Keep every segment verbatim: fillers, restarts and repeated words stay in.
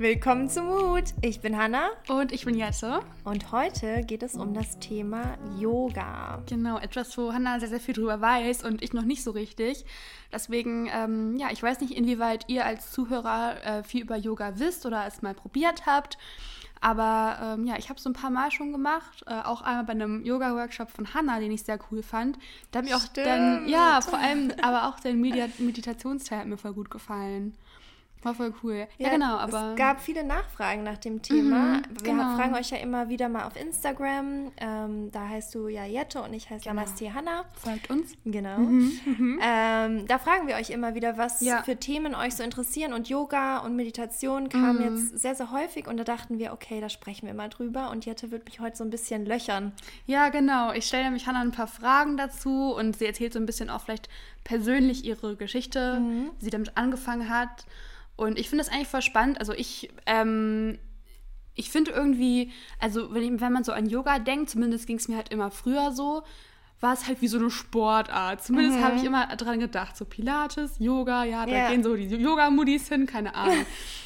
Willkommen zu Mut. Ich bin Hannah. Und ich bin Jette. Und heute geht es um das Thema Yoga. Genau, etwas, wo Hannah sehr, sehr viel drüber weiß und ich noch nicht so richtig. Deswegen, ähm, ja, ich weiß nicht, inwieweit ihr als Zuhörer äh, viel über Yoga wisst oder es mal probiert habt. Aber ähm, ja, ich habe es so ein paar Mal schon gemacht, äh, auch einmal bei einem Yoga-Workshop von Hannah, den ich sehr cool fand. Da hat mir auch dann, ja, vor allem, aber auch der Medi- Meditationsteil hat mir voll gut gefallen. War voll cool. Ja, ja, genau, aber... Es gab viele Nachfragen nach dem Thema. Mhm, Wir genau. fragen euch ja immer wieder mal auf Instagram. Ähm, da heißt du ja Jette und ich heiße Genau. Namaste Hannah. Folgt uns. Genau. Mhm, mhm. Ähm, da fragen wir euch immer wieder, was Ja. für Themen euch so interessieren. Und Yoga und Meditation kam Mhm. jetzt sehr, sehr häufig. Und da dachten wir, okay, da sprechen wir mal drüber. Und Jette wird mich heute so ein bisschen löchern. Ja, genau. Ich stelle nämlich Hannah ein paar Fragen dazu und sie erzählt so ein bisschen auch vielleicht persönlich ihre Geschichte, Mhm. wie sie damit angefangen hat. Und ich finde das eigentlich voll spannend. Also ich, ähm, ich finde irgendwie, also wenn, ich, wenn man so an Yoga denkt, zumindest ging es mir halt immer früher so, war es halt wie so eine Sportart. Zumindest Mhm. habe ich immer dran gedacht, so Pilates, Yoga, ja, da Ja. gehen so die Yoga-Muddies hin, keine Ahnung.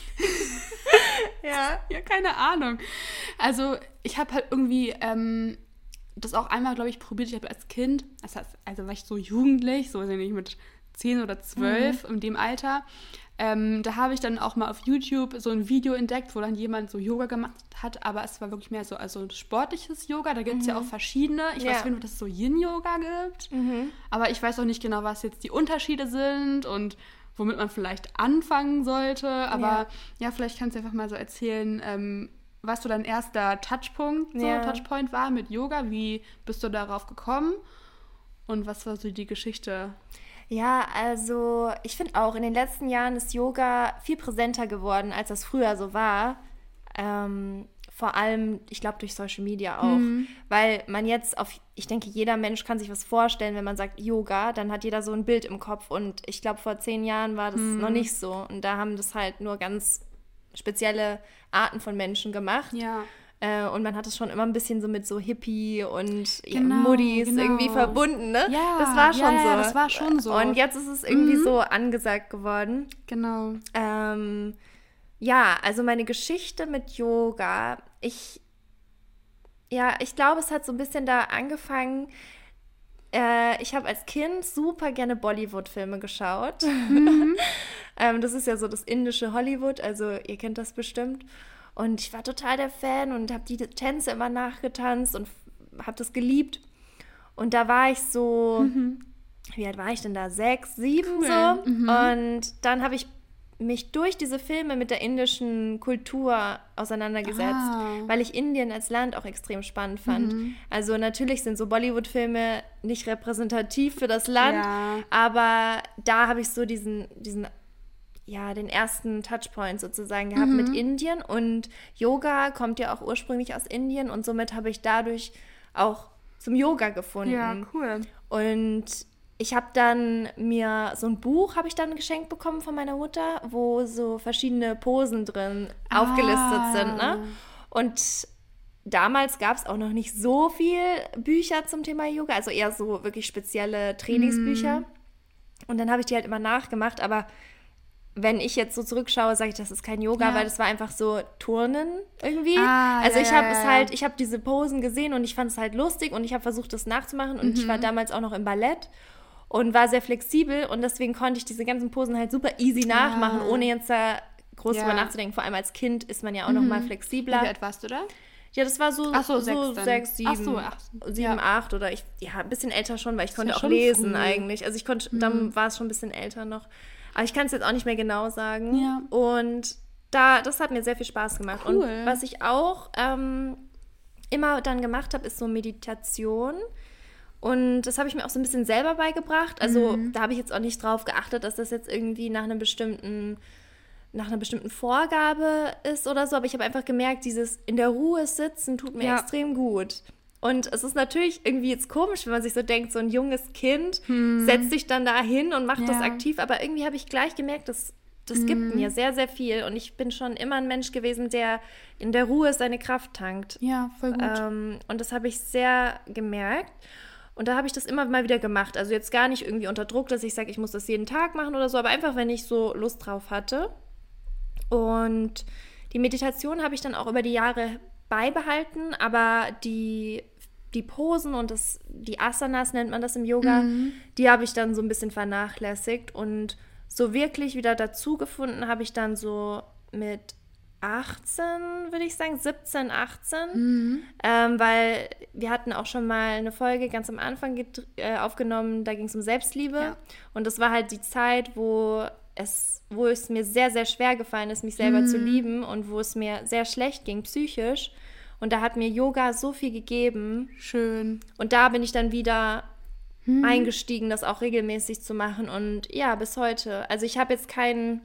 Ja. Ja, keine Ahnung. Also ich habe halt irgendwie ähm, das auch einmal, glaube ich, probiert. Ich habe als Kind, das heißt, also war ich so jugendlich, so weiß ich nicht, mit zehn oder zwölf in dem Alter, ähm, da habe ich dann auch mal auf YouTube so ein Video entdeckt, wo dann jemand so Yoga gemacht hat, aber es war wirklich mehr so also sportliches Yoga. Da gibt es ja auch verschiedene. Ich Ja. weiß nicht, dass es so Yin-Yoga gibt, Mhm. aber ich weiß auch nicht genau, was jetzt die Unterschiede sind und womit man vielleicht anfangen sollte. Aber Ja. ja, vielleicht kannst du einfach mal so erzählen, ähm, was so dein erster Touchpunkt, so Ja. Touchpoint war mit Yoga. Wie bist du darauf gekommen? Und was war so die Geschichte? Ja, also ich finde auch, in den letzten Jahren ist Yoga viel präsenter geworden, als das früher so war. Ähm, vor allem, ich glaube, durch Social Media auch. Mhm. Weil man jetzt auf, ich denke, jeder Mensch kann sich was vorstellen, wenn man sagt Yoga, dann hat jeder so ein Bild im Kopf. Und ich glaube, vor zehn Jahren war das Mhm. noch nicht so. Und da haben das halt nur ganz spezielle Arten von Menschen gemacht. Ja. Äh, und man hat es schon immer ein bisschen so mit so Hippie und ja, Genau, Muddis genau. irgendwie verbunden, ne? Ja, das war schon ja, so. ja, das war schon so. Und jetzt ist es irgendwie Mhm. so angesagt geworden. Genau. Ähm, ja, also meine Geschichte mit Yoga, ich, ja, ich glaube, es hat so ein bisschen da angefangen. Äh, ich habe als Kind super gerne Bollywood-Filme geschaut. Mhm. ähm, das ist ja so das indische Hollywood, also ihr kennt das bestimmt. Und ich war total der Fan und habe die Tänze immer nachgetanzt und habe das geliebt. Und da war ich so, Mhm. wie alt war ich denn da? Sechs, sieben Cool. so. Mhm. Und dann habe ich mich durch diese Filme mit der indischen Kultur auseinandergesetzt, Ah. weil ich Indien als Land auch extrem spannend fand. Mhm. Also natürlich sind so Bollywood-Filme nicht repräsentativ für das Land, Ja. aber da habe ich so diesen, diesen ja, den ersten Touchpoint sozusagen gehabt Mhm. mit Indien. Und Yoga kommt ja auch ursprünglich aus Indien und somit habe ich dadurch auch zum Yoga gefunden. Ja, cool. Und ich habe dann mir so ein Buch habe ich dann geschenkt bekommen von meiner Mutter, wo so verschiedene Posen drin Ah. aufgelistet sind, ne? Und damals gab es auch noch nicht so viel Bücher zum Thema Yoga, also eher so wirklich spezielle Trainingsbücher. Und dann habe ich die halt immer nachgemacht, aber wenn ich jetzt so zurückschaue, sage ich, das ist kein Yoga, Ja. weil das war einfach so Turnen irgendwie. Ah, also ja, ich ja, habe ja, es ja. halt, ich habe diese Posen gesehen und ich fand es halt lustig und ich habe versucht, das nachzumachen und Mhm. ich war damals auch noch im Ballett und war sehr flexibel und deswegen konnte ich diese ganzen Posen halt super easy nachmachen, Ja. ohne jetzt da groß Ja. drüber nachzudenken. Vor allem als Kind ist man ja auch noch mal flexibler. Wie alt warst du da? Ja, das war so, Ach so, so sechs dann. sechs, sieben, Ach so, ach so. sieben, Ja. acht oder ich, ja, ein bisschen älter schon, weil ich konnte ja auch schon lesen früh. eigentlich. Also ich konnte, dann war es schon ein bisschen älter noch. Aber ich kann es jetzt auch nicht mehr genau sagen. Ja. Und da, das hat mir sehr viel Spaß gemacht. Cool. Und was ich auch ähm, immer dann gemacht habe, ist so Meditation. Und das habe ich mir auch so ein bisschen selber beigebracht. Also Mhm. da habe ich jetzt auch nicht drauf geachtet, dass das jetzt irgendwie nach einem bestimmten nach einer bestimmten Vorgabe ist oder so, aber ich habe einfach gemerkt, dieses in der Ruhe sitzen tut mir Ja. extrem gut. Und es ist natürlich irgendwie jetzt komisch, wenn man sich so denkt, so ein junges Kind Hm. setzt sich dann da hin und macht das Ja. aktiv, aber irgendwie habe ich gleich gemerkt, dass das Mhm. gibt mir sehr, sehr viel und ich bin schon immer ein Mensch gewesen, der in der Ruhe seine Kraft tankt. Ja, voll gut. Ähm, und das habe ich sehr gemerkt. Und da habe ich das immer mal wieder gemacht. Also jetzt gar nicht irgendwie unter Druck, dass ich sage, ich muss das jeden Tag machen oder so, aber einfach, wenn ich so Lust drauf hatte. Und die Meditation habe ich dann auch über die Jahre beibehalten, aber die, die Posen und das, die Asanas nennt man das im Yoga, mhm. die habe ich dann so ein bisschen vernachlässigt und so wirklich wieder dazu gefunden habe ich dann so mit achtzehn, würde ich sagen, siebzehn, achtzehn, mhm. ähm, weil wir hatten auch schon mal eine Folge ganz am Anfang get- äh, aufgenommen, da ging es um Selbstliebe ja. und das war halt die Zeit, wo es, wo es mir sehr, sehr schwer gefallen ist, mich selber mhm. zu lieben und wo es mir sehr schlecht ging, psychisch und da hat mir Yoga so viel gegeben. Schön. Und da bin ich dann wieder mhm. eingestiegen, das auch regelmäßig zu machen und ja, bis heute. Also ich habe jetzt keinen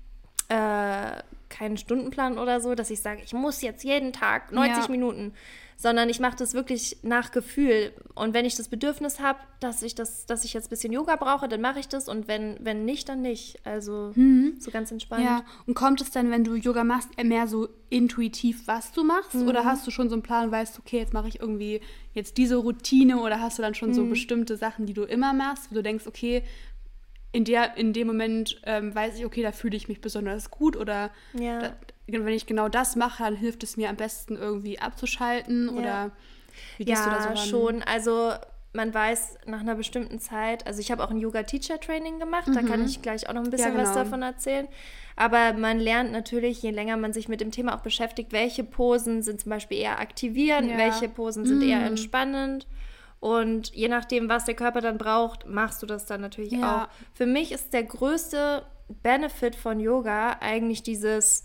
äh, keinen Stundenplan oder so, dass ich sage, ich muss jetzt jeden Tag neunzig ja. Minuten, sondern ich mache das wirklich nach Gefühl. Und wenn ich das Bedürfnis habe, dass ich das, dass ich jetzt ein bisschen Yoga brauche, dann mache ich das und wenn, wenn nicht, dann nicht. Also mhm. so ganz entspannt. Ja, und kommt es dann, wenn du Yoga machst, mehr so intuitiv, was du machst? Mhm. Oder hast du schon so einen Plan, weißt, okay, jetzt mache ich irgendwie jetzt diese Routine oder hast du dann schon mhm. so bestimmte Sachen, die du immer machst, wo du denkst, okay, In, der, in dem Moment ähm, weiß ich, okay, da fühle ich mich besonders gut oder ja. da, wenn ich genau das mache, dann hilft es mir am besten irgendwie abzuschalten ja. oder wie gehst ja, du da so ran? Ja, schon. Also man weiß nach einer bestimmten Zeit, also ich habe auch ein Yoga-Teacher-Training gemacht, mhm. da kann ich gleich auch noch ein bisschen ja, genau. was davon erzählen. Aber man lernt natürlich, je länger man sich mit dem Thema auch beschäftigt, welche Posen sind zum Beispiel eher aktivierend, ja. welche Posen sind mhm. eher entspannend. Und je nachdem, was der Körper dann braucht, machst du das dann natürlich ja. auch. Für mich ist der größte Benefit von Yoga eigentlich dieses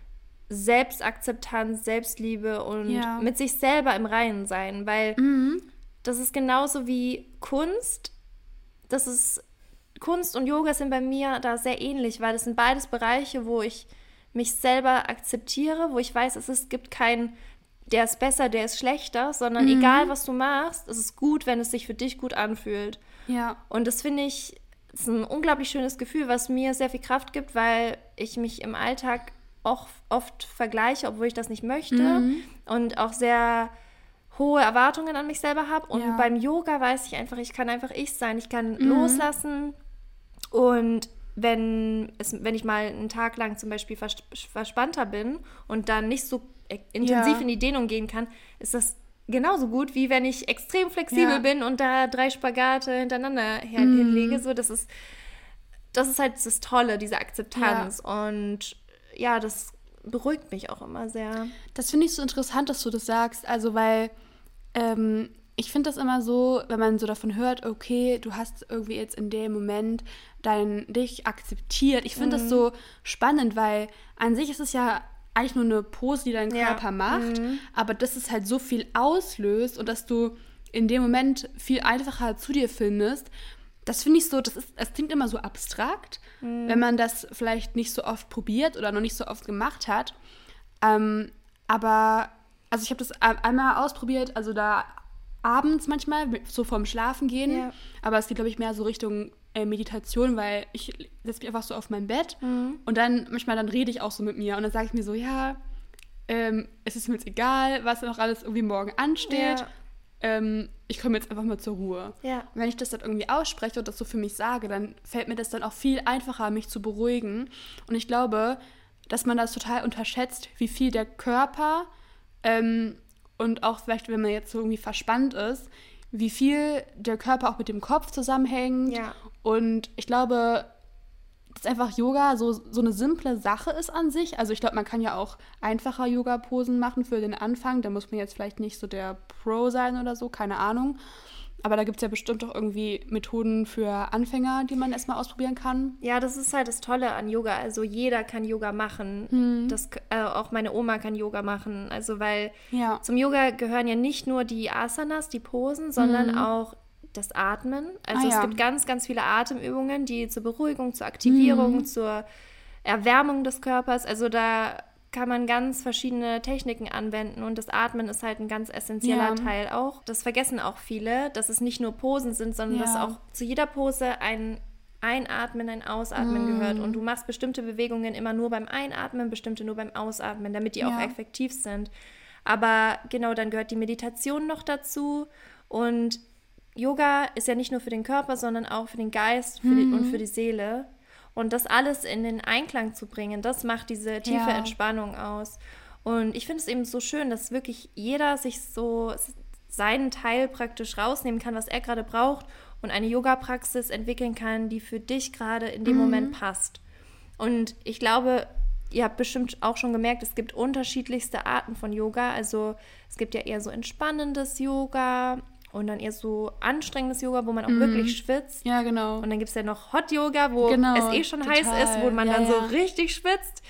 Selbstakzeptanz, Selbstliebe und ja. mit sich selber im Reinen sein. Weil mhm. das ist genauso wie Kunst. Das ist, Kunst und Yoga sind bei mir da sehr ähnlich, weil das sind beides Bereiche, wo ich mich selber akzeptiere, wo ich weiß, es ist, gibt kein der ist besser, der ist schlechter, sondern mhm. egal, was du machst, es ist gut, wenn es sich für dich gut anfühlt. Ja. Und das finde ich, ist ein unglaublich schönes Gefühl, was mir sehr viel Kraft gibt, weil ich mich im Alltag auch oft vergleiche, obwohl ich das nicht möchte mhm. und auch sehr hohe Erwartungen an mich selber habe. Und ja. beim Yoga weiß ich einfach, ich kann einfach ich sein, ich kann mhm. loslassen und wenn, es, wenn ich mal einen Tag lang zum Beispiel vers- verspannter bin und dann nicht so intensiv ja. in die Dehnung gehen kann, ist das genauso gut, wie wenn ich extrem flexibel ja. bin und da drei Spagate hintereinander her- mm. hinlege. So, das ist, das ist halt das Tolle, diese Akzeptanz. Ja. Und ja, das beruhigt mich auch immer sehr. Das finde ich so interessant, dass du das sagst. Also, weil ähm, ich finde das immer so, wenn man so davon hört, okay, du hast irgendwie jetzt in dem Moment dein dich akzeptiert. Ich finde mm. das so spannend, weil an sich ist es ja eigentlich nur eine Pose, die dein Körper ja. macht, mhm. aber dass es halt so viel auslöst und dass du in dem Moment viel einfacher zu dir findest, das finde ich so, das ist, das klingt immer so abstrakt, mhm. wenn man das vielleicht nicht so oft probiert oder noch nicht so oft gemacht hat. Ähm, aber, also ich habe das einmal ausprobiert, also da abends manchmal, so vorm Schlafen gehen, ja. aber es geht, glaube ich, mehr so Richtung äh, Meditation, weil ich setze mich einfach so auf mein Bett mhm. und dann manchmal dann rede ich auch so mit mir und dann sage ich mir so, ja, ähm, es ist mir jetzt egal, was noch alles irgendwie morgen ansteht, ja. ähm, ich komme jetzt einfach mal zur Ruhe. Ja. Und wenn ich das dann irgendwie ausspreche und das so für mich sage, dann fällt mir das dann auch viel einfacher, mich zu beruhigen. Und ich glaube, dass man das total unterschätzt, wie viel der Körper ähm, und auch vielleicht, wenn man jetzt so irgendwie verspannt ist, wie viel der Körper auch mit dem Kopf zusammenhängt. Ja. Und ich glaube, dass einfach Yoga so, so eine simple Sache ist an sich. Also ich glaube, man kann ja auch einfacher Yoga-Posen machen für den Anfang. Da muss man jetzt vielleicht nicht so der Pro sein oder so, keine Ahnung. Aber da gibt es ja bestimmt auch irgendwie Methoden für Anfänger, die man erstmal ausprobieren kann. Ja, das ist halt das Tolle an Yoga. Also jeder kann Yoga machen. Hm. Das, äh, auch meine Oma kann Yoga machen. Also weil ja. zum Yoga gehören ja nicht nur die Asanas, die Posen, sondern hm. auch das Atmen. Also ah, es ja. gibt ganz, ganz viele Atemübungen, die zur Beruhigung, zur Aktivierung, hm. zur Erwärmung des Körpers. Also da kann man ganz verschiedene Techniken anwenden und das Atmen ist halt ein ganz essentieller ja. Teil auch. Das vergessen auch viele, dass es nicht nur Posen sind, sondern ja. dass auch zu jeder Pose ein Einatmen, ein Ausatmen mm. gehört und du machst bestimmte Bewegungen immer nur beim Einatmen, bestimmte nur beim Ausatmen, damit die ja. auch effektiv sind. Aber genau, dann gehört die Meditation noch dazu und Yoga ist ja nicht nur für den Körper, sondern auch für den Geist für mm. die, und für die Seele. Und das alles in den Einklang zu bringen, das macht diese tiefe Ja. Entspannung aus. Und ich finde es eben so schön, dass wirklich jeder sich so seinen Teil praktisch rausnehmen kann, was er gerade braucht und eine Yoga-Praxis entwickeln kann, die für dich gerade in dem Mhm. Moment passt. Und ich glaube, ihr habt bestimmt auch schon gemerkt, es gibt unterschiedlichste Arten von Yoga. Also es gibt ja eher so entspannendes Yoga und dann eher so anstrengendes Yoga, wo man auch Mhm. wirklich schwitzt. Ja, genau. Und dann gibt es ja noch Hot Yoga, wo Genau, es eh schon total. heiß ist, wo man Ja, dann so ja. richtig schwitzt.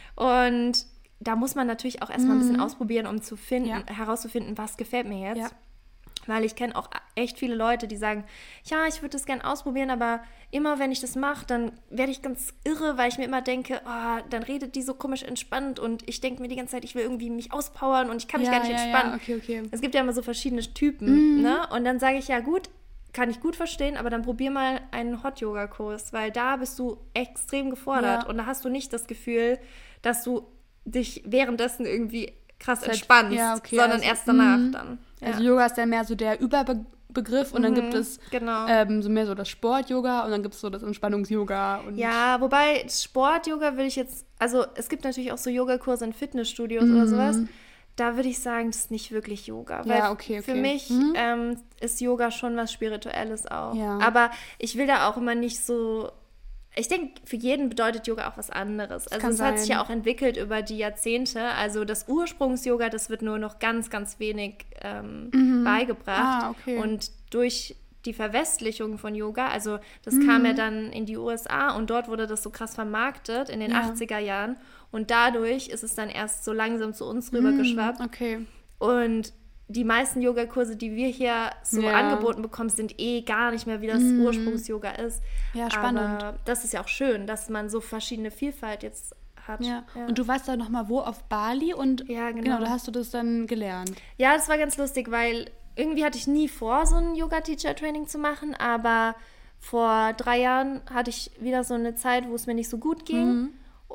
Und da muss man natürlich auch erstmal ein bisschen Mhm. ausprobieren, um zu finden, Ja. herauszufinden, was gefällt mir jetzt. Ja. Weil ich kenne auch echt viele Leute, die sagen, ja, ich würde das gerne ausprobieren, aber immer wenn ich das mache, dann werde ich ganz irre, weil ich mir immer denke, oh, dann redet die so komisch entspannt und ich denke mir die ganze Zeit, ich will irgendwie mich auspowern und ich kann mich ja, gar nicht ja, entspannen. Ja, okay, okay. Es gibt ja immer so verschiedene Typen, Mhm. ne? Und dann sage ich, ja gut, kann ich gut verstehen, aber dann probier mal einen Hot-Yoga-Kurs, weil da bist du extrem gefordert Ja. und da hast du nicht das Gefühl, dass du dich währenddessen irgendwie krass Halt- entspannst, ja, okay, sondern also- erst danach mhm. dann. Ja. Also Yoga ist ja mehr so der Überbegriff und dann Mhm, gibt es genau. ähm, so mehr so das Sport-Yoga und dann gibt es so das Entspannungs-Yoga. Und Ja, wobei Sport-Yoga will ich jetzt, also es gibt natürlich auch so Yogakurse in Fitnessstudios oder Mhm. sowas. Da würde ich sagen, das ist nicht wirklich Yoga. Weil Ja, okay, für okay. mich Mhm. ähm, ist Yoga schon was Spirituelles auch. Ja. Aber ich will da auch immer nicht so. Ich denke, für jeden bedeutet Yoga auch was anderes. Also kann es hat sich sein. ja auch entwickelt über die Jahrzehnte. Also das Ursprungs-Yoga, das wird nur noch ganz, ganz wenig ähm, beigebracht. Ah, okay. Und durch die Verwestlichung von Yoga, also das Mhm. kam ja dann in die U S A und dort wurde das so krass vermarktet in den Ja. achtziger Jahren. Und dadurch ist es dann erst so langsam zu uns rübergeschwappt. Mhm, okay. Und die meisten Yogakurse, die wir hier so Ja. angeboten bekommen, sind eh gar nicht mehr, wie das Mhm. Ursprungs-Yoga ist. Ja, spannend. Aber das ist ja auch schön, dass man so verschiedene Vielfalt jetzt hat. Ja. Und du warst da nochmal wo? Auf Bali? Und Ja, genau. Genau, da hast du das dann gelernt. Ja, das war ganz lustig, weil irgendwie hatte ich nie vor, so ein Yoga-Teacher-Training zu machen, aber vor drei Jahren hatte ich wieder so eine Zeit, wo es mir nicht so gut ging. Mhm.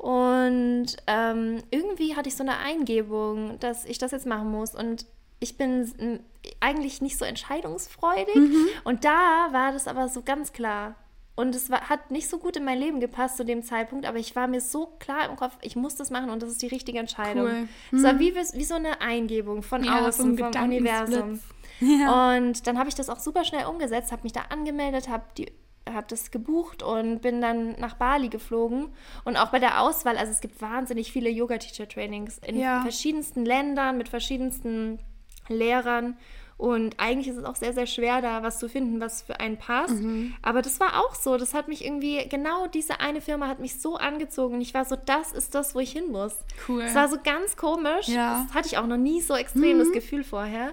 Und ähm, irgendwie hatte ich so eine Eingebung, dass ich das jetzt machen muss. Und ich bin mm, eigentlich nicht so entscheidungsfreudig. Mhm. Und da war das aber so ganz klar. Und es war, hat nicht so gut in mein Leben gepasst zu dem Zeitpunkt, aber ich war mir so klar im Kopf, ich muss das machen und das ist die richtige Entscheidung. Cool. Es war wie, wie so eine Eingebung von Ja, so außen, ein vom Gedankensblitz. Universum. Ja. Und dann habe ich das auch super schnell umgesetzt, habe mich da angemeldet, habe die habe das gebucht und bin dann nach Bali geflogen. Und auch bei der Auswahl, also es gibt wahnsinnig viele Yoga-Teacher-Trainings in Ja. verschiedensten Ländern mit verschiedensten Lehrern. Und eigentlich ist es auch sehr, sehr schwer, da was zu finden, was für einen passt. Mhm. Aber das war auch so. Das hat mich irgendwie, genau diese eine Firma hat mich so angezogen. Und ich war so, das ist das, wo ich hin muss. Cool. Es war so ganz komisch. Ja. Das hatte ich auch noch nie so extrem das Gefühl vorher.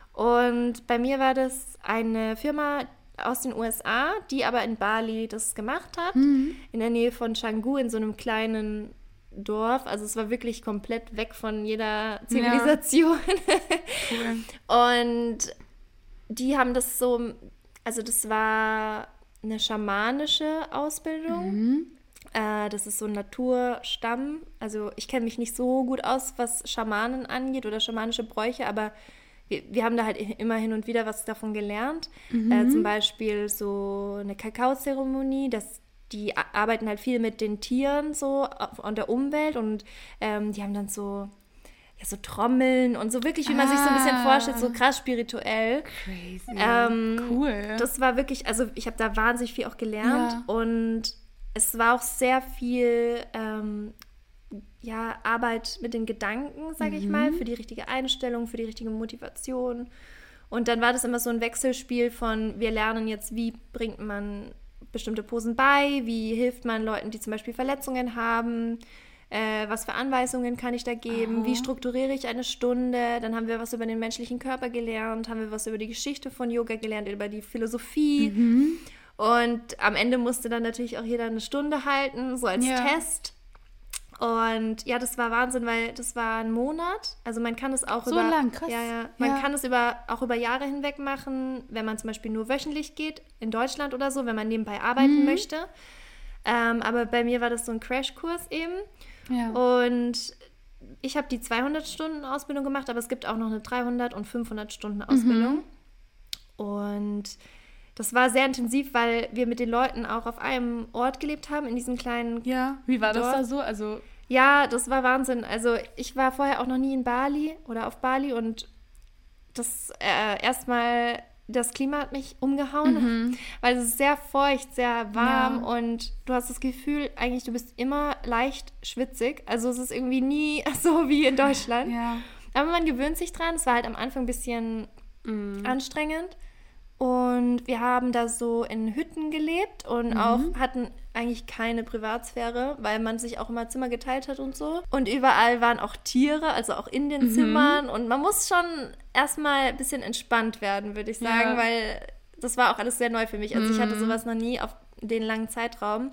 Und bei mir war das eine Firma aus den U S A, die aber in Bali das gemacht hat. In der Nähe von Canggu, in so einem kleinen Dorf. Also es war wirklich komplett weg von jeder Zivilisation. Cool. Und die haben das so, also das war eine schamanische Ausbildung. Mhm. Äh, das ist so ein Naturstamm. Also ich kenne mich nicht so gut aus, was Schamanen angeht oder schamanische Bräuche, aber wir, wir haben da halt immer hin und wieder was davon gelernt. Mhm. Äh, zum Beispiel so eine Kakaozeremonie, das die a- arbeiten halt viel mit den Tieren so auf- und der Umwelt und ähm, die haben dann so, ja, so Trommeln und so wirklich, wie man sich so ein bisschen Ah. vorstellt, so krass spirituell. Crazy. Ähm, cool. Das war wirklich, also ich habe da wahnsinnig viel auch gelernt Ja. und es war auch sehr viel ähm, ja, Arbeit mit den Gedanken, sage ich mal, für die richtige Einstellung, für die richtige Motivation. Und dann war das immer so ein Wechselspiel von, wir lernen jetzt, wie bringt man bestimmte Posen bei, wie hilft man Leuten, die zum Beispiel Verletzungen haben, äh, was für Anweisungen kann ich da geben, Aha. wie strukturiere ich eine Stunde, dann haben wir was über den menschlichen Körper gelernt, haben wir was über die Geschichte von Yoga gelernt, über die Philosophie Mhm. und am Ende musste dann natürlich auch jeder eine Stunde halten, so als Ja. Test. Und ja, das war Wahnsinn, weil das war ein Monat. Also man kann es auch So über lang, krass. Ja, ja. Man Ja. kann es über auch über Jahre hinweg machen, wenn man zum Beispiel nur wöchentlich geht in Deutschland oder so, wenn man nebenbei arbeiten Mhm. möchte. Ähm, aber bei mir war das so ein Crashkurs eben. Ja. Und ich habe die zweihundert Stunden Ausbildung gemacht, aber es gibt auch noch eine dreihundert und fünfhundert Stunden Ausbildung. Und das war sehr intensiv, weil wir mit den Leuten auch auf einem Ort gelebt haben, in diesem kleinen Ja, wie war das Dorf. da so? Also Ja, das war Wahnsinn. Also ich war vorher auch noch nie in Bali oder auf Bali und das äh, erstmal, das Klima hat mich umgehauen, mhm. weil es ist sehr feucht, sehr warm ja. und du hast das Gefühl, eigentlich du bist immer leicht schwitzig. Also es ist irgendwie nie so wie in Deutschland. Ja. Aber man gewöhnt sich dran. Es war halt am Anfang ein bisschen mhm. anstrengend. Und wir haben da so in Hütten gelebt und mhm. auch hatten eigentlich keine Privatsphäre, weil man sich auch immer Zimmer geteilt hat und so. Und überall waren auch Tiere, also auch in den mhm. Zimmern. Und man muss schon erstmal ein bisschen entspannt werden, würde ich sagen, ja. weil das war auch alles sehr neu für mich. Also mhm. ich hatte sowas noch nie auf den langen Zeitraum.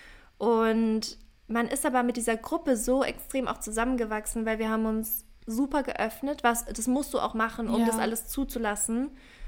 Und man ist aber mit dieser Gruppe so extrem auch zusammengewachsen, weil wir haben uns super geöffnet. Was, das musst du auch machen, um ja. das alles zuzulassen.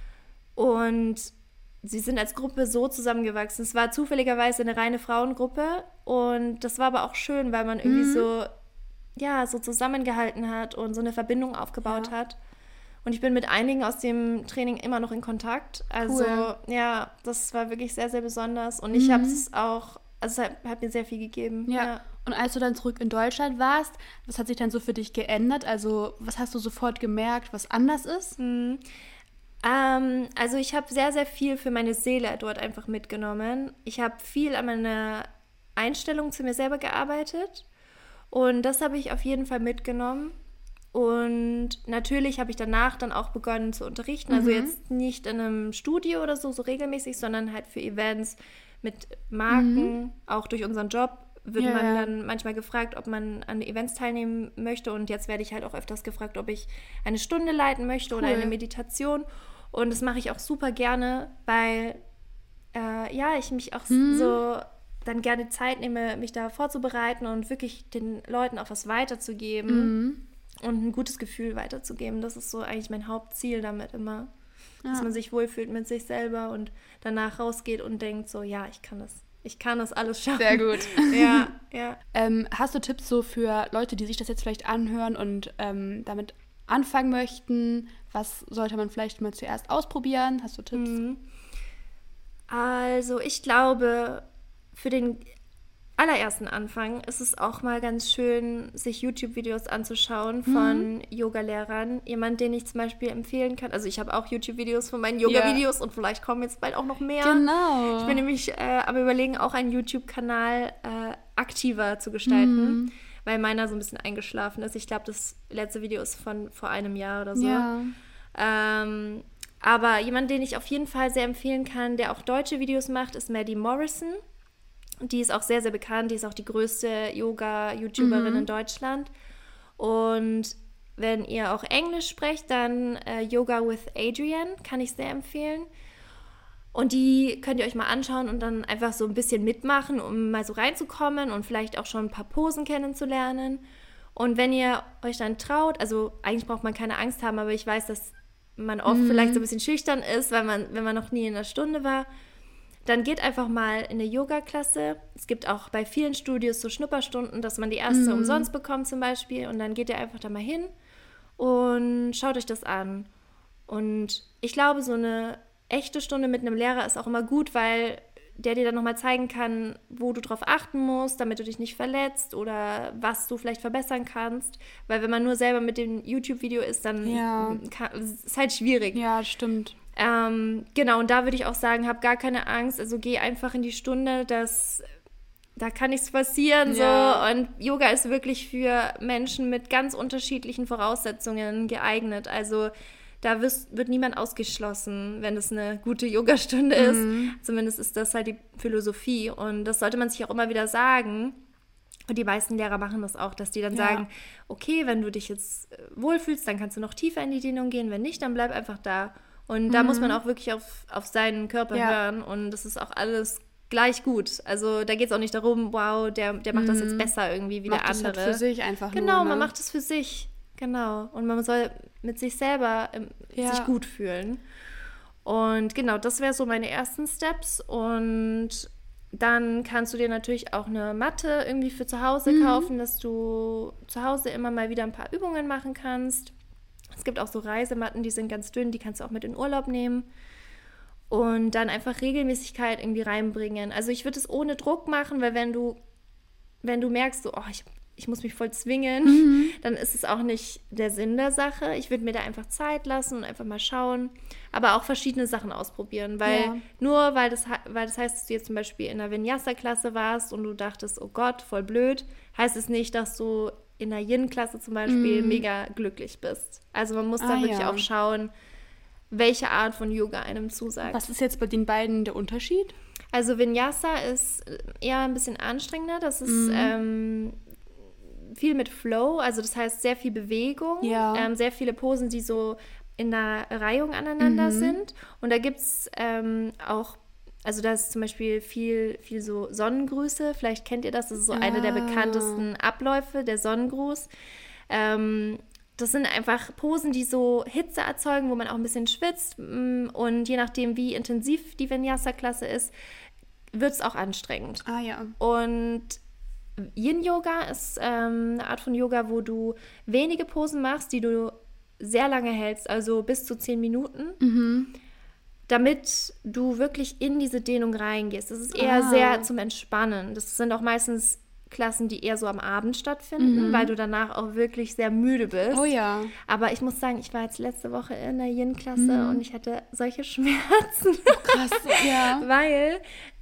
Und sie sind als Gruppe so zusammengewachsen. Es war zufälligerweise eine reine Frauengruppe und das war aber auch schön, weil man irgendwie mhm. so, ja, so zusammengehalten hat und so eine Verbindung aufgebaut ja. hat. Und ich bin mit einigen aus dem Training immer noch in Kontakt. Also cool. ja, das war wirklich sehr, sehr besonders. Und ich mhm. habe es auch, also es hat, hat mir sehr viel gegeben. Ja. ja. Und als du dann zurück in Deutschland warst, was hat sich dann so für dich geändert? Also was hast du sofort gemerkt, was anders ist? Mhm. Ähm, also ich habe sehr, sehr viel für meine Seele dort einfach mitgenommen. Ich habe viel an meiner Einstellung zu mir selber gearbeitet und das habe ich auf jeden Fall mitgenommen. Und natürlich habe ich danach dann auch begonnen zu unterrichten, also mhm. jetzt nicht in einem Studio oder so, so regelmäßig, sondern halt für Events mit Marken, mhm. auch durch unseren Job wird ja, man dann manchmal gefragt, ob man an Events teilnehmen möchte. Und jetzt werde ich halt auch öfters gefragt, ob ich eine Stunde leiten möchte cool. oder eine Meditation. Und das mache ich auch super gerne, weil äh, ja, ich mich auch hm. so dann gerne Zeit nehme, mich da vorzubereiten und wirklich den Leuten auch was weiterzugeben mhm. und ein gutes Gefühl weiterzugeben. Das ist so eigentlich mein Hauptziel damit immer. Ja. Dass man sich wohlfühlt mit sich selber und danach rausgeht und denkt so, ja, ich kann das. Ich kann das alles schaffen. Sehr gut. ja, ja. Ähm, hast du Tipps so für Leute, die sich das jetzt vielleicht anhören und ähm, damit anfangen möchten? Was sollte man vielleicht mal zuerst ausprobieren? Hast du Tipps? Also ich glaube, für den allerersten Anfang ist es auch mal ganz schön, sich YouTube-Videos anzuschauen von mhm. Yoga-Lehrern. Jemand, den ich zum Beispiel empfehlen kann. Also ich habe auch YouTube-Videos von meinen Yoga-Videos ja. und vielleicht kommen jetzt bald auch noch mehr. Genau. Ich bin nämlich äh, am Überlegen, auch einen YouTube-Kanal äh, aktiver zu gestalten, mhm. weil meiner so ein bisschen eingeschlafen ist. Ich glaube, das letzte Video ist von vor einem Jahr oder so. Ja. Ähm, aber jemand, den ich auf jeden Fall sehr empfehlen kann, der auch deutsche Videos macht, ist Maddie Morrison. Die ist auch sehr, sehr bekannt. Die ist auch die größte Yoga-YouTuberin mhm. in Deutschland. Und wenn ihr auch Englisch sprecht, dann äh, Yoga with Adriene kann ich sehr empfehlen. Und die könnt ihr euch mal anschauen und dann einfach so ein bisschen mitmachen, um mal so reinzukommen und vielleicht auch schon ein paar Posen kennenzulernen. Und wenn ihr euch dann traut, also eigentlich braucht man keine Angst haben, aber ich weiß, dass man oft mhm. vielleicht so ein bisschen schüchtern ist, weil man, wenn man noch nie in der Stunde war, dann geht einfach mal in eine Yoga-Klasse. Es gibt auch bei vielen Studios so Schnupperstunden, dass man die erste mhm. umsonst bekommt zum Beispiel. Und dann geht ihr einfach da mal hin und schaut euch das an. Und ich glaube, so eine echte Stunde mit einem Lehrer ist auch immer gut, weil der dir dann nochmal zeigen kann, wo du drauf achten musst, damit du dich nicht verletzt oder was du vielleicht verbessern kannst. Weil wenn man nur selber mit dem YouTube-Video ist, dann ja. kann, ist es halt schwierig. Ja, stimmt. Ähm, genau, und da würde ich auch sagen, hab gar keine Angst, also geh einfach in die Stunde, das, da kann nichts passieren, ja. so, und Yoga ist wirklich für Menschen mit ganz unterschiedlichen Voraussetzungen geeignet, also da wirst, wird niemand ausgeschlossen, wenn es eine gute Yogastunde ist, mhm. zumindest ist das halt die Philosophie und das sollte man sich auch immer wieder sagen. Und die meisten Lehrer machen das auch, dass die dann ja. sagen, okay, wenn du dich jetzt wohlfühlst, dann kannst du noch tiefer in die Dehnung gehen, wenn nicht, dann bleib einfach da. Und da mhm. muss man auch wirklich auf, auf seinen Körper ja. hören und das ist auch alles gleich gut. Also da geht es auch nicht darum, wow, der, der macht mhm. das jetzt besser irgendwie wie macht der andere. Das halt für sich einfach genau, nur, ne? man macht es für sich. Genau. Und man soll mit sich selber ähm, ja. sich gut fühlen. Und genau, das wäre so meine ersten Steps. Und dann kannst du dir natürlich auch eine Matte irgendwie für zu Hause mhm. kaufen, dass du zu Hause immer mal wieder ein paar Übungen machen kannst. Es gibt auch so Reisematten, die sind ganz dünn, die kannst du auch mit in Urlaub nehmen. Und dann einfach Regelmäßigkeit irgendwie reinbringen. Also ich würde es ohne Druck machen, weil wenn du, wenn du merkst, so, oh, ich, ich muss mich voll zwingen, mhm. dann ist es auch nicht der Sinn der Sache. Ich würde mir da einfach Zeit lassen und einfach mal schauen, aber auch verschiedene Sachen ausprobieren, weil ja. nur weil das, weil das heißt, dass du jetzt zum Beispiel in der Vinyasa-Klasse warst und du dachtest, oh Gott, voll blöd, heißt es nicht, dass du in der Yin-Klasse zum Beispiel mhm. mega glücklich bist. Also man muss ah, da wirklich ja. auch schauen, welche Art von Yoga einem zusagt. Was ist jetzt bei den beiden der Unterschied? Also Vinyasa ist eher ein bisschen anstrengender. Das ist mhm. ähm, viel mit Flow, also das heißt sehr viel Bewegung, ja. ähm, sehr viele Posen, die so in der Reihung aneinander mhm. sind. Und da gibt es ähm, auch, also da ist zum Beispiel viel, viel so Sonnengrüße. Vielleicht kennt ihr das, das ist so ah. einer der bekanntesten Abläufe, der Sonnengruß. Ähm, Das sind einfach Posen, die so Hitze erzeugen, wo man auch ein bisschen schwitzt. Und je nachdem, wie intensiv die Vinyasa-Klasse ist, wird es auch anstrengend. Ah ja. Und Yin-Yoga ist ähm, eine Art von Yoga, wo du wenige Posen machst, die du sehr lange hältst, also bis zu zehn Minuten, mhm. damit du wirklich in diese Dehnung reingehst. Das ist eher ah. sehr zum Entspannen. Das sind auch meistens Klassen, die eher so am Abend stattfinden, mhm. weil du danach auch wirklich sehr müde bist. Oh ja. Aber ich muss sagen, ich war jetzt letzte Woche in der Yin-Klasse mhm. und ich hatte solche Schmerzen. Oh, krass, ja. Weil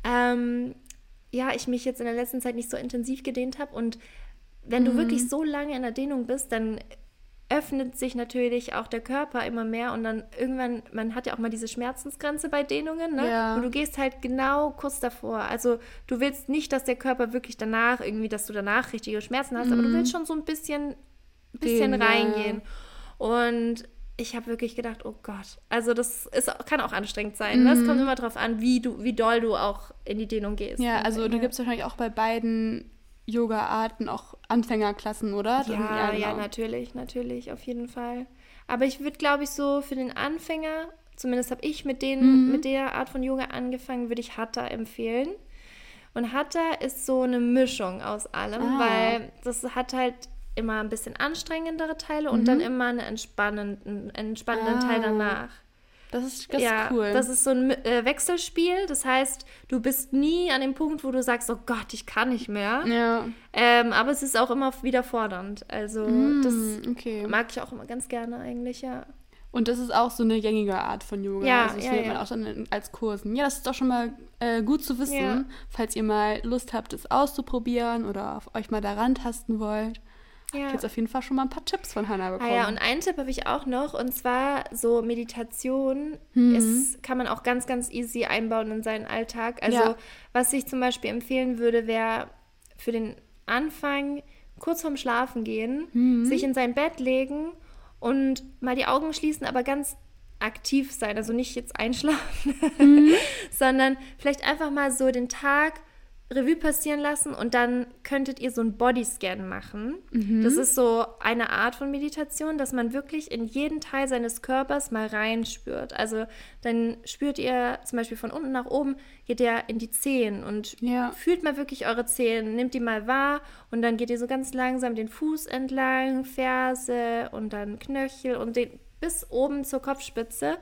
ähm, ja, ich mich jetzt in der letzten Zeit nicht so intensiv gedehnt habe. Und wenn mhm. du wirklich so lange in der Dehnung bist, dann öffnet sich natürlich auch der Körper immer mehr und dann irgendwann, man hat ja auch mal diese Schmerzensgrenze bei Dehnungen, ne? Ja. Und du gehst halt genau kurz davor. Also du willst nicht, dass der Körper wirklich danach irgendwie, dass du danach richtige Schmerzen hast, mhm. aber du willst schon so ein bisschen, bisschen Den, reingehen. Ja. Und ich habe wirklich gedacht, oh Gott, also das ist, kann auch anstrengend sein. Mhm. Ne? Es kommt immer drauf an, wie du, wie doll du auch in die Dehnung gehst. Ja, also ja. du gibst wahrscheinlich auch bei beiden Yoga-Arten auch Anfängerklassen, oder? Ja, ja, genau. ja, natürlich, natürlich, auf jeden Fall. Aber ich würde, glaube ich, so für den Anfänger, zumindest habe ich mit, denen, mhm. mit der Art von Yoga angefangen, würde ich Hatha empfehlen. Und Hatha ist so eine Mischung aus allem, ah. weil das hat halt immer ein bisschen anstrengendere Teile mhm. und dann immer einen entspannenden, entspannenden ah. Teil danach. Das ist, das ja, ist cool. Das ist so ein äh, Wechselspiel. Das heißt, du bist nie an dem Punkt, wo du sagst, oh Gott, ich kann nicht mehr. Ja. Ähm, aber es ist auch immer wieder fordernd. Also mm, das okay. mag ich auch immer ganz gerne eigentlich, ja. Und das ist auch so eine gängige Art von Yoga. Ja, also das ja, findet ja. man auch dann als Kursen. Ja, das ist doch schon mal äh, gut zu wissen, ja. falls ihr mal Lust habt, es auszuprobieren oder auf euch mal daran tasten wollt. Ja. Ich habe jetzt auf jeden Fall schon mal ein paar Tipps von Hannah bekommen. Ah ja, und einen Tipp habe ich auch noch, und zwar so Meditation mhm. ist, kann man auch ganz, ganz easy einbauen in seinen Alltag. Also ja. was ich zum Beispiel empfehlen würde, wäre für den Anfang kurz vorm Schlafen gehen, mhm. sich in sein Bett legen und mal die Augen schließen, aber ganz aktiv sein. Also nicht jetzt einschlafen, mhm. sondern vielleicht einfach mal so den Tag Revue passieren lassen und dann könntet ihr so einen Bodyscan machen. Mhm. Das ist so eine Art von Meditation, dass man wirklich in jeden Teil seines Körpers mal reinspürt. Also dann spürt ihr zum Beispiel von unten nach oben, geht ihr in die Zehen und ja. fühlt mal wirklich eure Zehen, nehmt die mal wahr und dann geht ihr so ganz langsam den Fuß entlang, Ferse und dann Knöchel und den, bis oben zur Kopfspitze.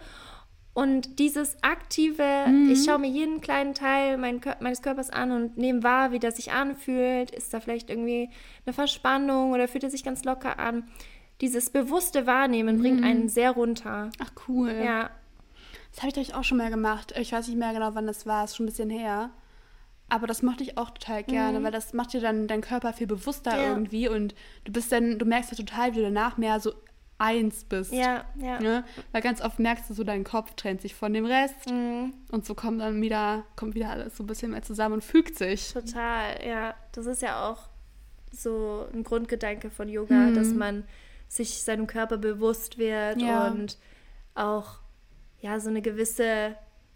Und dieses aktive, mhm. ich schaue mir jeden kleinen Teil mein, meines Körpers an und nehme wahr, wie der sich anfühlt. Ist da vielleicht irgendwie eine Verspannung oder fühlt er sich ganz locker an? Dieses bewusste Wahrnehmen mhm. bringt einen sehr runter. Ach, cool. Ja. Das habe ich euch auch schon mal gemacht. Ich weiß nicht mehr genau, wann das war. Ist schon ein bisschen her. Aber das mochte ich auch total gerne, mhm. weil das macht dir dann deinen Körper viel bewusster ja. irgendwie. Und du bist dann, du merkst ja total, wie du danach mehr so eins bist. Ja, ja. Ne? Weil ganz oft merkst du so, dein Kopf trennt sich von dem Rest mhm. und so kommt dann wieder, kommt wieder alles so ein bisschen mehr zusammen und fügt sich. Total, ja. Das ist ja auch so ein Grundgedanke von Yoga, mhm. dass man sich seinem Körper bewusst wird ja. und auch ja so eine gewisse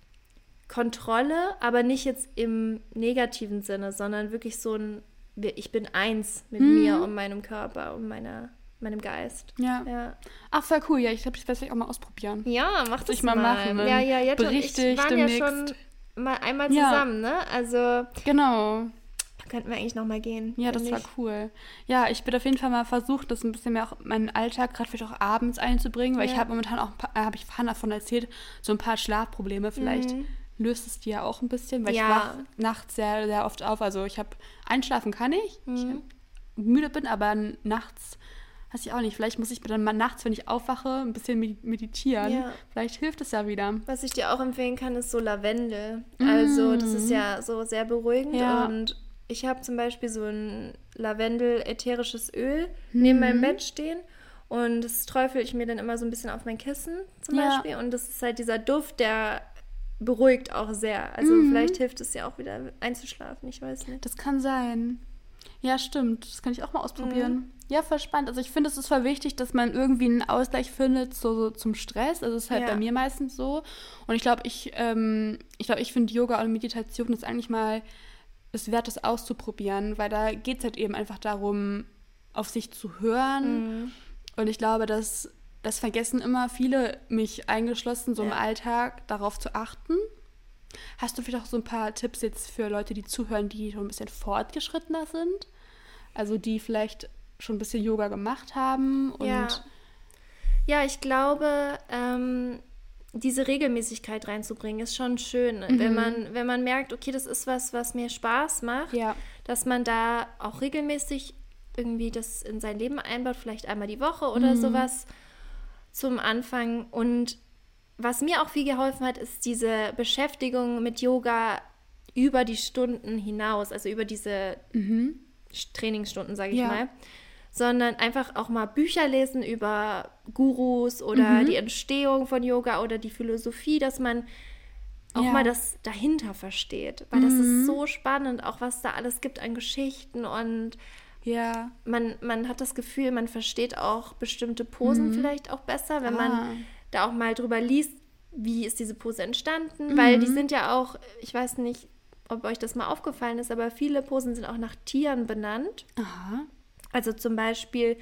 Kontrolle, aber nicht jetzt im negativen Sinne, sondern wirklich so ein, ich bin eins mit mhm. mir und meinem Körper und meiner meinem Geist. Ja. ja. Ach, voll cool. Ja, ich glaube, ich werde es vielleicht auch mal ausprobieren. Ja, mach das ich mal. mal machen. Ja, ja, jetzt berichte und ich waren demnächst. ja schon mal einmal ja. zusammen, ne? Also genau. könnten wir eigentlich nochmal gehen. Ja, das war cool. Ja, ich bin auf jeden Fall mal versucht, das ein bisschen mehr auch in meinen Alltag, gerade vielleicht auch abends einzubringen, weil ja. ich habe momentan auch, äh, habe ich Hannah davon erzählt, so ein paar Schlafprobleme. Vielleicht mhm. löst es die ja auch ein bisschen, weil ja. ich wache nachts sehr, sehr oft auf. Also ich habe, einschlafen kann ich, mhm. ich müde bin, aber nachts, weiß ich auch nicht, vielleicht muss ich dann mal nachts, wenn ich aufwache, ein bisschen meditieren. Ja. Vielleicht hilft es ja wieder. Was ich dir auch empfehlen kann, ist so Lavendel. Mhm. Also das ist ja so sehr beruhigend ja. und ich habe zum Beispiel so ein Lavendel-ätherisches Öl mhm. neben meinem Bett stehen und das träufel ich mir dann immer so ein bisschen auf mein Kissen zum ja. Beispiel und das ist halt dieser Duft, der beruhigt auch sehr. Also mhm. vielleicht hilft es ja auch wieder einzuschlafen, ich weiß nicht. Das kann sein. Ja, stimmt. Das kann ich auch mal ausprobieren. Mhm. Ja, voll spannend. Also ich finde, es ist voll wichtig, dass man irgendwie einen Ausgleich findet so, so zum Stress. Also es ist halt ja. bei mir meistens so. Und ich glaube, ich, ähm, ich glaube, ich finde Yoga und Meditation ist eigentlich mal es wert, das auszuprobieren, weil da geht es halt eben einfach darum, auf sich zu hören. Mhm. Und ich glaube, dass das vergessen immer viele, mich eingeschlossen, so ja. im Alltag, darauf zu achten. Hast du vielleicht auch so ein paar Tipps jetzt für Leute, die zuhören, die schon ein bisschen fortgeschrittener sind? Also die vielleicht schon ein bisschen Yoga gemacht haben? Und ja. ja, ich glaube, ähm, diese Regelmäßigkeit reinzubringen, ist schon schön. Mhm. Wenn man, wenn man merkt, okay, das ist was, was mir Spaß macht, ja. dass man da auch regelmäßig irgendwie das in sein Leben einbaut, vielleicht einmal die Woche oder mhm. sowas zum Anfang. Und was mir auch viel geholfen hat, ist diese Beschäftigung mit Yoga über die Stunden hinaus, also über diese mhm. Trainingsstunden, sage ich ja. mal, sondern einfach auch mal Bücher lesen über Gurus oder mhm. die Entstehung von Yoga oder die Philosophie, dass man auch ja. mal das dahinter versteht, weil mhm. das ist so spannend, auch was da alles gibt an Geschichten und ja. man, man hat das Gefühl, man versteht auch bestimmte Posen mhm. vielleicht auch besser, wenn ah. man da auch mal drüber liest, wie ist diese Pose entstanden, mhm. weil die sind ja auch, ich weiß nicht, ob euch das mal aufgefallen ist, aber viele Posen sind auch nach Tieren benannt. Aha. Also zum Beispiel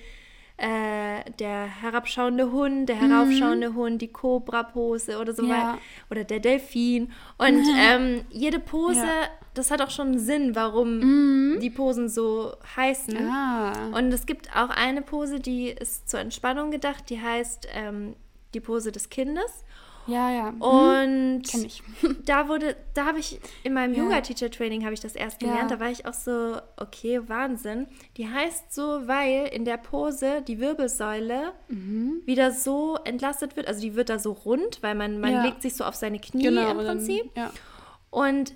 äh, der herabschauende Hund, der heraufschauende mhm. Hund, die Cobra-Pose oder so ja. weiter. Oder der Delfin. Und ähm, jede Pose, ja. das hat auch schon einen Sinn, warum mhm. die Posen so heißen. Ah. Und es gibt auch eine Pose, die ist zur Entspannung gedacht, die heißt ähm, die Pose des Kindes. Ja, ja. Und kenn ich. da wurde, da habe ich in meinem ja. Yoga-Teacher-Training habe ich das erst gelernt, ja. da war ich auch so, okay, Wahnsinn. Die heißt so, weil in der Pose die Wirbelsäule mhm. wieder so entlastet wird, also die wird da so rund, weil man, man ja. legt sich so auf seine Knie genau, im Prinzip. Dann, ja. Und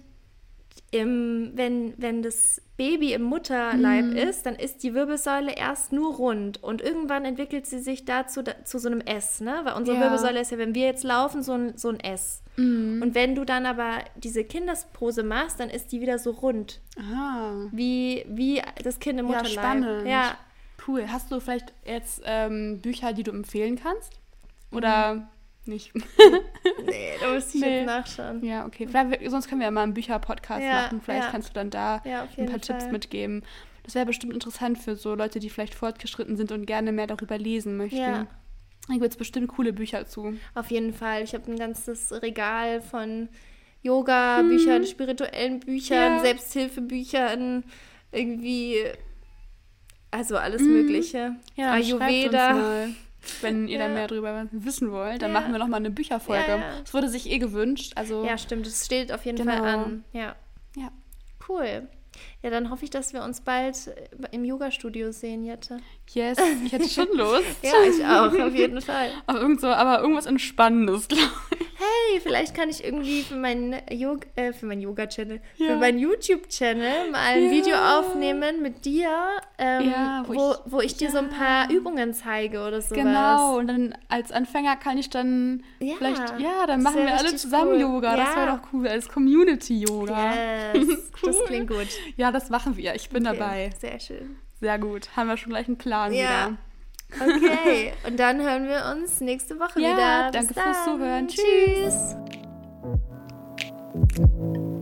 im, wenn, wenn das Baby im Mutterleib mhm. ist, dann ist die Wirbelsäule erst nur rund und irgendwann entwickelt sie sich dazu da, zu so einem S, ne? Weil unsere ja. Wirbelsäule ist ja, wenn wir jetzt laufen, so ein, so ein S. Mhm. Und wenn du dann aber diese Kindespose machst, dann ist die wieder so rund. Ah. Wie, wie das Kind im Mutterleib. Ja, spannend. Ja. Cool. Hast du vielleicht jetzt ähm, Bücher, die du empfehlen kannst? Oder mhm. nicht? Nee, da müsste ich nee. jetzt nachschauen. Ja, okay. Vielleicht, sonst können wir ja mal einen Bücher-Podcast ja, machen. Vielleicht ja. kannst du dann da ja, ein paar Fall. Tipps mitgeben. Das wäre bestimmt interessant für so Leute, die vielleicht fortgeschritten sind und gerne mehr darüber lesen möchten. Ja. Da gibt es bestimmt coole Bücher zu. Auf jeden Fall. Ich habe ein ganzes Regal von Yoga-Büchern, hm. spirituellen Büchern, ja. Selbsthilfebüchern, irgendwie, also alles hm. Mögliche. Ja, Ayurveda. Uns mal. Wenn ihr ja. da mehr drüber wissen wollt, dann ja. machen wir nochmal eine Bücherfolge. Ja, ja. Das wurde sich eh gewünscht. Also ja, stimmt. Das steht auf jeden genau. Fall an. Ja. ja. Cool. Ja, dann hoffe ich, dass wir uns bald im Yoga-Studio sehen, Jette. Yes, ich hätte schon Lust. Ja, ich auch, auf jeden Fall. Aber, irgend so, aber irgendwas Entspannendes, glaube ich. Hey, vielleicht kann ich irgendwie für meinen Yoga, äh, für meinen Yoga-Channel, ja. für meinen YouTube-Channel mal ein ja. Video aufnehmen mit dir, ähm, ja, wo, wo, ich, wo ich dir ja. so ein paar Übungen zeige oder sowas. Genau, und dann als Anfänger kann ich dann ja. vielleicht, ja, dann machen wir alle zusammen cool. Yoga. Das wäre doch cool, als Community-Yoga. Yes, cool. Das klingt gut. Ja, das machen wir. Ich bin okay. dabei. Sehr schön. Sehr gut. Haben wir schon gleich einen Plan ja. wieder. Okay, und dann hören wir uns nächste Woche ja, wieder. Bis danke dann. Fürs Zuhören. Tschüss. Tschüss.